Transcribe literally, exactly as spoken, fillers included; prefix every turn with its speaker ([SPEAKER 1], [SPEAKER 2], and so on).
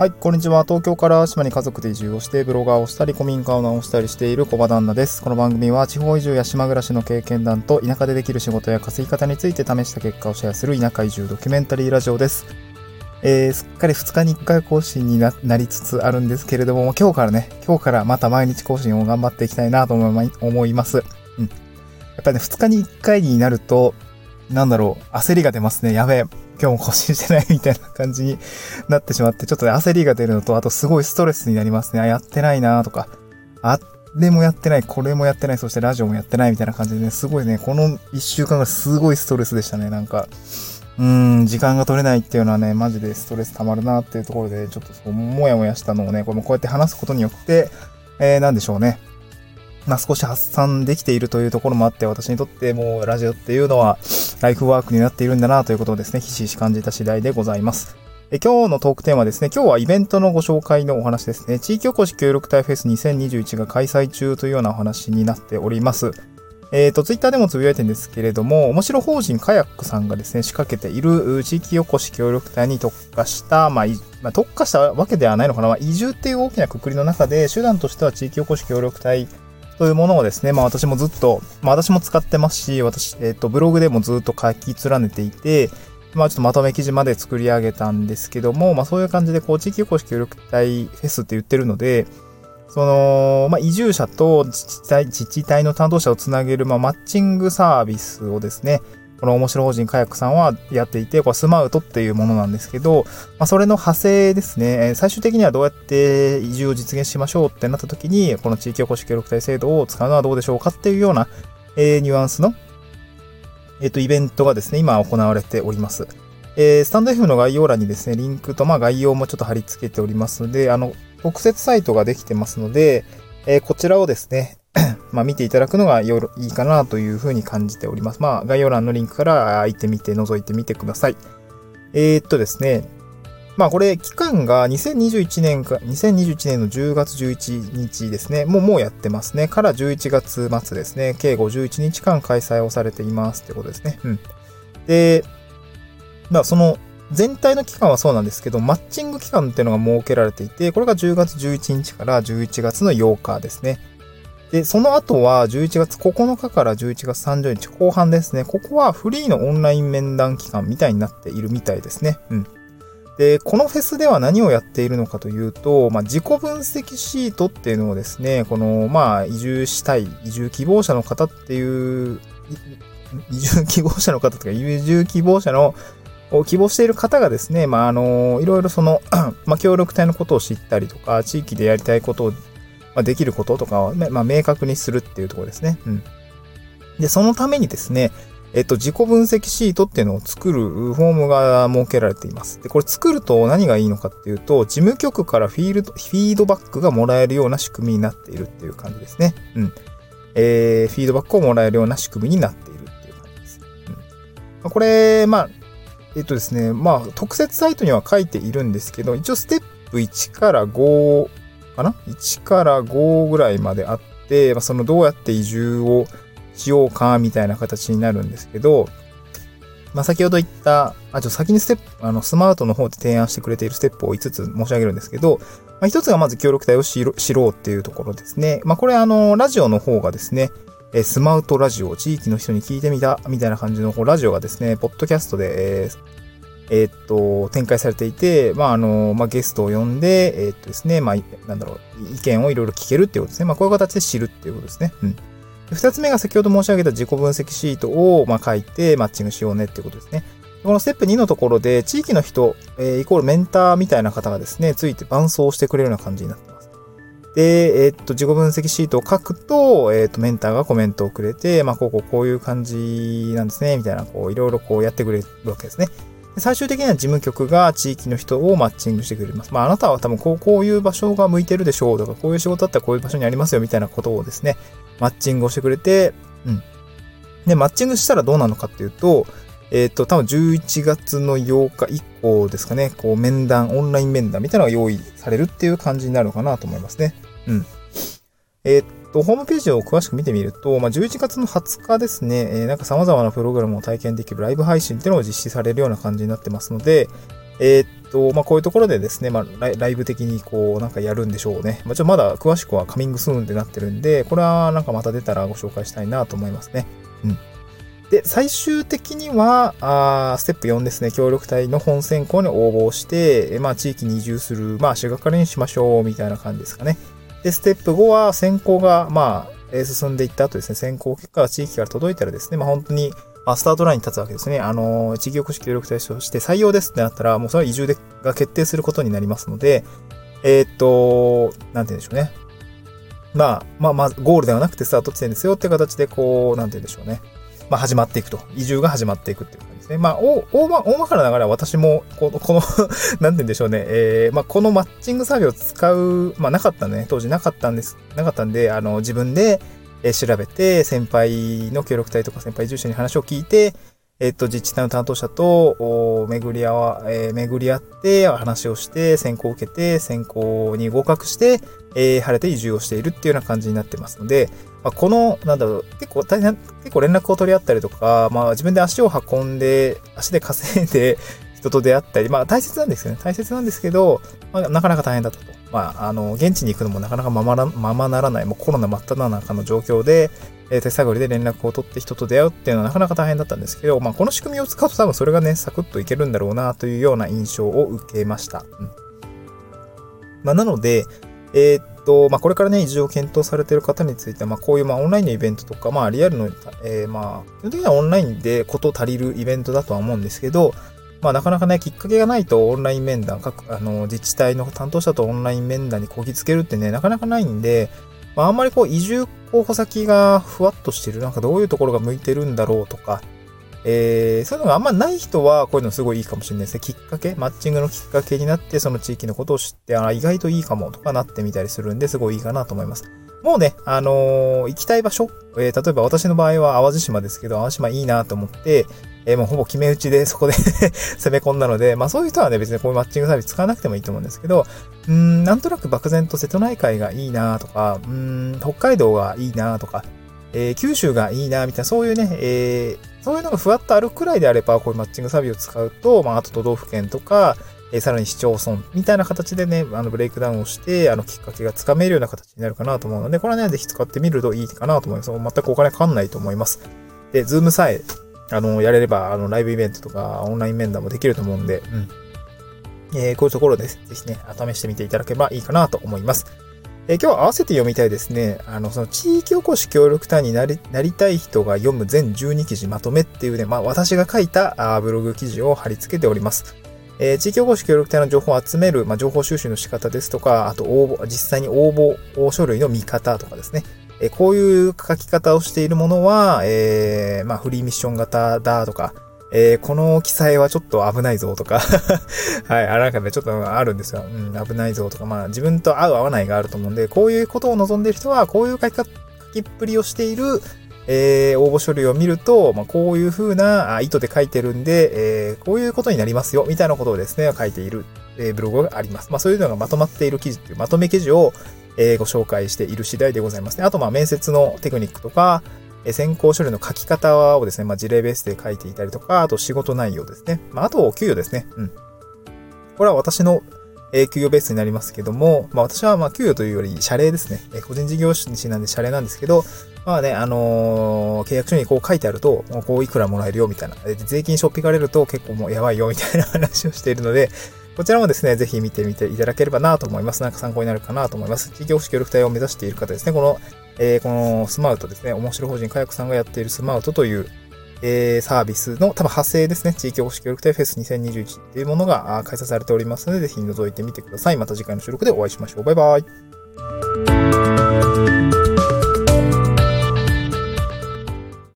[SPEAKER 1] はい、こんにちは。東京から島に家族で移住をしてブロガーをしたり古民家を直したりしている小場旦那です。この番組は地方移住や島暮らしの経験談と田舎でできる仕事や稼ぎ方について試した結果をシェアする田舎移住ドキュメンタリーラジオです。えー、すっかりふつかにいっかい更新に な, なりつつあるんですけれども、今日からね、今日からまた毎日更新を頑張っていきたいなと思います。うん。やっぱりね、ふつかにいっかいになると、なんだろう、焦りが出ますね。やべえ。今日も更新してないみたいな感じになってしまって、ちょっとね、焦りが出るのと、あとすごいストレスになりますね。あ、やってないなとか、あれもやってない、これもやってない、そしてラジオもやってないみたいな感じでね、すごいね、このいっしゅうかんがすごいストレスでしたね。なんか、うーん、時間が取れないっていうのはね、マジでストレス溜まるなっていうところで、ちょっとそう、もやもやしたのをね、これもこうやって話すことによって、えー、なんでしょうね。まあ少し発散できているというところもあって、私にとってもうラジオっていうのはライフワークになっているんだなということをですね、ひしひし感じた次第でございます。え今日のトークテーマはですね、今日はイベントのご紹介のお話ですね。地域おこし協力隊フェスにせんにじゅういちが開催中というようなお話になっております。えっと、ツイッターでもつぶやいてるんですけれども、面白法人カヤックさんがですね、仕掛けている地域おこし協力隊に特化した、まあ、まあ、特化したわけではないのかな、まあ、移住っていう大きな括りの中で、手段としては地域おこし協力隊というものをですね、まあ私もずっと、まあ私も使ってますし、私、えっと、ブログでもずっと書き連ねていて、まあちょっとまとめ記事まで作り上げたんですけども、まあそういう感じで、こう、地域おこし協力隊フェスって言ってるので、その、まあ移住者と自治体、自治体の担当者をつなげる、まあマッチングサービスをですね、この面白法人カヤックさんはやっていて、これスマウトっていうものなんですけど、まあそれの派生ですね、最終的にはどうやって移住を実現しましょうってなった時に、この地域おこし協力隊制度を使うのはどうでしょうかっていうような、えー、ニュアンスの、えっと、イベントがですね、今行われております。えー、スタンド エフエム の概要欄にですね、リンクとまあ概要もちょっと貼り付けておりますので、あの、特設サイトができてますので、えー、こちらをですね、まあ見ていただくのがいいかなというふうに感じております。まあ概要欄のリンクから行ってみて覗いてみてください。えー、っとですね。まあこれ期間がにせんにじゅういちねんか、にせんにじゅういちねんのじゅうがつじゅういちにちですね。もうもうやってますね。からじゅういちがつ末ですね。計ごじゅういちにちかん開催をされていますってことですね。うん。で、まあその全体の期間はそうなんですけど、マッチング期間っていうのが設けられていて、これがじゅうがつじゅういちにちからじゅういちがつのようかですね。で、その後はじゅういちがつここのかからじゅういちがつさんじゅうにち後半ですね。ここはフリーのオンライン面談期間みたいになっているみたいですね。うん。で、このフェスでは何をやっているのかというと、まあ、自己分析シートっていうのをですね、この、まあ、移住したい、移住希望者の方っていう、移住希望者の方とか、移住希望者のを希望している方がですね、まあ、あの、いろいろその、まあ、協力隊のことを知ったりとか、地域でやりたいことをまあ、できることとかを、まあ、明確にするっていうところですね。うん。で、そのためにですね、えっと、自己分析シートっていうのを作るフォームが設けられています。で、これ作ると何がいいのかっていうと、事務局からフィールド、フィードバックがもらえるような仕組みになっているっていう感じですね。うん。えー、フィードバックをもらえるような仕組みになっているっていう感じです。うん。まあ、これ、まあ、えっとですね、まあ、特設サイトには書いているんですけど、一応ステップいちからご、かないちからごぐらいまであって、まあ、そのどうやって移住をしようかみたいな形になるんですけど、まあ、先ほど言った、あ、ちょっと先にステップ、あの、スマートの方で提案してくれているステップをいつつ申し上げるんですけど、まあ、ひとつがまず協力隊を知ろうっていうところですね。まあ、これあの、ラジオの方がですね、スマウトラジオ、地域の人に聞いてみた、みたいな感じのラジオがですね、ポッドキャストで、えーえー、っと、展開されていて、まあ、あの、まあ、ゲストを呼んで、えー、っとですね、まあ、なんだろう、意見をいろいろ聞けるっていうことですね。まあ、こういう形で知るっていうことですね。うん。二つ目が先ほど申し上げた自己分析シートを、まあ、書いてマッチングしようねっていうことですね。このステップにのところで、地域の人、えー、イコールメンターみたいな方がですね、ついて伴走してくれるような感じになっています。で、えー、っと、自己分析シートを書くと、えー、っと、メンターがコメントをくれて、まあ、こうこうこういう感じなんですね、みたいな、こう、いろいろこうやってくれるわけですね。最終的には事務局が地域の人をマッチングしてくれます。まあ、あなたは多分こう、こういう場所が向いてるでしょうとか、こういう仕事だったらこういう場所にありますよみたいなことをですね、マッチングをしてくれて、うん。で、マッチングしたらどうなのかっていうと、えっと、多分じゅういちがつのようか以降ですかね、こう、面談、オンライン面談みたいなのが用意されるっていう感じになるのかなと思いますね。うん。えっと、ホームページを詳しく見てみると、まあ、じゅういちがつのはつかですね、えー、なんか様々なプログラムを体験できるライブ配信っていうのを実施されるような感じになってますので、えー、っと、まあ、こういうところでですね、まあ、ライライブ的にこう、なんかやるんでしょうね。まあ、ちょっとまだ詳しくはカミングスーンってなってるんで、これはなんかまた出たらご紹介したいなと思いますね。うん。で、最終的には、あステップよんですね。協力隊の本選考に応募して、まあ、地域に移住する、まあ、足がかりにしましょう、みたいな感じですかね。で、ステップごは、選考が、まあ、進んでいった後ですね、選考結果が地域から届いたらですね、まあ、本当に、スタートラインに立つわけですね。あの、地域おこし協力隊として採用ですってなったら、もうそれは移住でが決定することになりますので、えー、っと、なんて言うんでしょうね。まあ、まあ、まあ、ゴールではなくてスタート地点ですよって形で、こう、なんて言うんでしょうね。まあ、始まっていくと。移住が始まっていくっていう感じですね。まあ、大、大ま、大まかな流れは私も、この、このなんて言うんでしょうね。えー、まあ、このマッチングサービスを使う、まあ、なかったね。当時なかったんです。なかったんで、あの、自分で、え調べて、先輩の協力隊とか先輩移住者に話を聞いて、えっと、自治体の担当者と、巡り合わ、えー、巡り合って、話をして、選考を受けて、選考に合格して、えー、晴れて移住をしているっていうような感じになってますので、まあ、この、なんだろう、結構大変、結構連絡を取り合ったりとか、まあ、自分で足を運んで、足で稼いで、人と出会ったり、まあ、大切なんですよね。大切なんですけど、まあ、なかなか大変だったと。まあ、あの、現地に行くのもなかなかままな、ままならない、もうコロナ真っ只中の状況で、えー、手探りで連絡を取って人と出会うっていうのはなかなか大変だったんですけど、まあ、この仕組みを使うと多分それがね、サクッといけるんだろうな、というような印象を受けました。うん。まあ、なので、えー、っと、まあ、これからね、移住を検討されている方については、まあ、こういう、まあ、オンラインのイベントとか、まあ、リアルの、えー、まあ、基本的にはオンラインでこと足りるイベントだとは思うんですけど、まあなかなかね、きっかけがないとオンライン面談、各、あの、自治体の担当者とオンライン面談にこぎつけるってね、なかなかないんで、まああんまりこう移住候補先がふわっとしてる、なんかどういうところが向いてるんだろうとか、えー、そういうのがあんまない人はこういうのすごいいいかもしれないですね。きっかけ、マッチングのきっかけになって、その地域のことを知って、あ、意外といいかもとかなってみたりするんで、すごいいいかなと思います。もうね、あのー、行きたい場所、えー、例えば私の場合は淡路島ですけど、淡路島いいなと思って、えー、もうほぼ決め打ちでそこで攻め込んだので、まあそういう人はね、別にこういうマッチングサービス使わなくてもいいと思うんですけど、うーん、なんとなく漠然と瀬戸内海がいいなとか、うーん、北海道がいいなとか、えー、九州がいいなみたいな、そういうね、えー、そういうのがふわっとあるくらいであれば、こういうマッチングサービスを使うと、まああと都道府県とか、えー、さらに市町村みたいな形でね、あのブレイクダウンをして、あのきっかけがつかめるような形になるかなと思うので、これはね、ぜひ使ってみるといいかなと思います。全くお金かかんないと思います。で、ズームさえ、あの、やれれば、あの、ライブイベントとか、オンライン面談もできると思うんで、うん。えー、こういうところで、ぜひね、試してみていただければいいかなと思います。えー、今日は合わせて読みたいですね。あの、その、地域おこし協力隊になり、なりたい人が読む全じゅうに記事まとめっていうね、まあ、私が書いたあブログ記事を貼り付けております。えー、地域おこし協力隊の情報を集める、まあ、情報収集の仕方ですとか、あと応募、実際に応募書類の見方とかですね。えー、こういう書き方をしているものは、えー、まあ、フリーミッション型だとか、えー、この記載はちょっと危ないぞとか、はい、あ、なんかね、ちょっとあるんですよ。うん、危ないぞとか、まあ、自分と合う合わないがあると思うんで、こういうことを望んでいる人は、こういう書き書きっぷりをしている、えー、応募書類を見ると、まあ、こういう風な意図で書いてるんで、えー、こういうことになりますよ、みたいなことをですね、書いている、えー、ブログがあります。まあ、そういうのがまとまっている記事っていう、まとめ記事を、えー、ご紹介している次第でございますね。あと、まあ、面接のテクニックとか、えー、選考書類の書き方をですね、まあ、事例ベースで書いていたりとか、あと仕事内容ですね。まあ、あと、給与ですね。うん。これは私の、えー、給与ベースになりますけども、まあ、私は、まあ、給与というより、謝礼ですね。えー、個人事業主なんで謝礼なんですけど、まあね、あのー、契約書にこう書いてあると、もうこういくらもらえるよ、みたいな。税金しょっぴかれると結構もうやばいよ、みたいな話をしているので、こちらもですね、ぜひ見てみていただければなと思います。なんか参考になるかなと思います。地域おこし協力隊を目指している方ですね、この、えー、このスマウトですね、面白法人カヤクさんがやっているスマウトという、えー、サービスの多分派生ですね、地域おこし協力隊フェスにせんにじゅういちというものが開催されておりますので、ぜひ覗いてみてください。また次回の収録でお会いしましょう。バイバイ。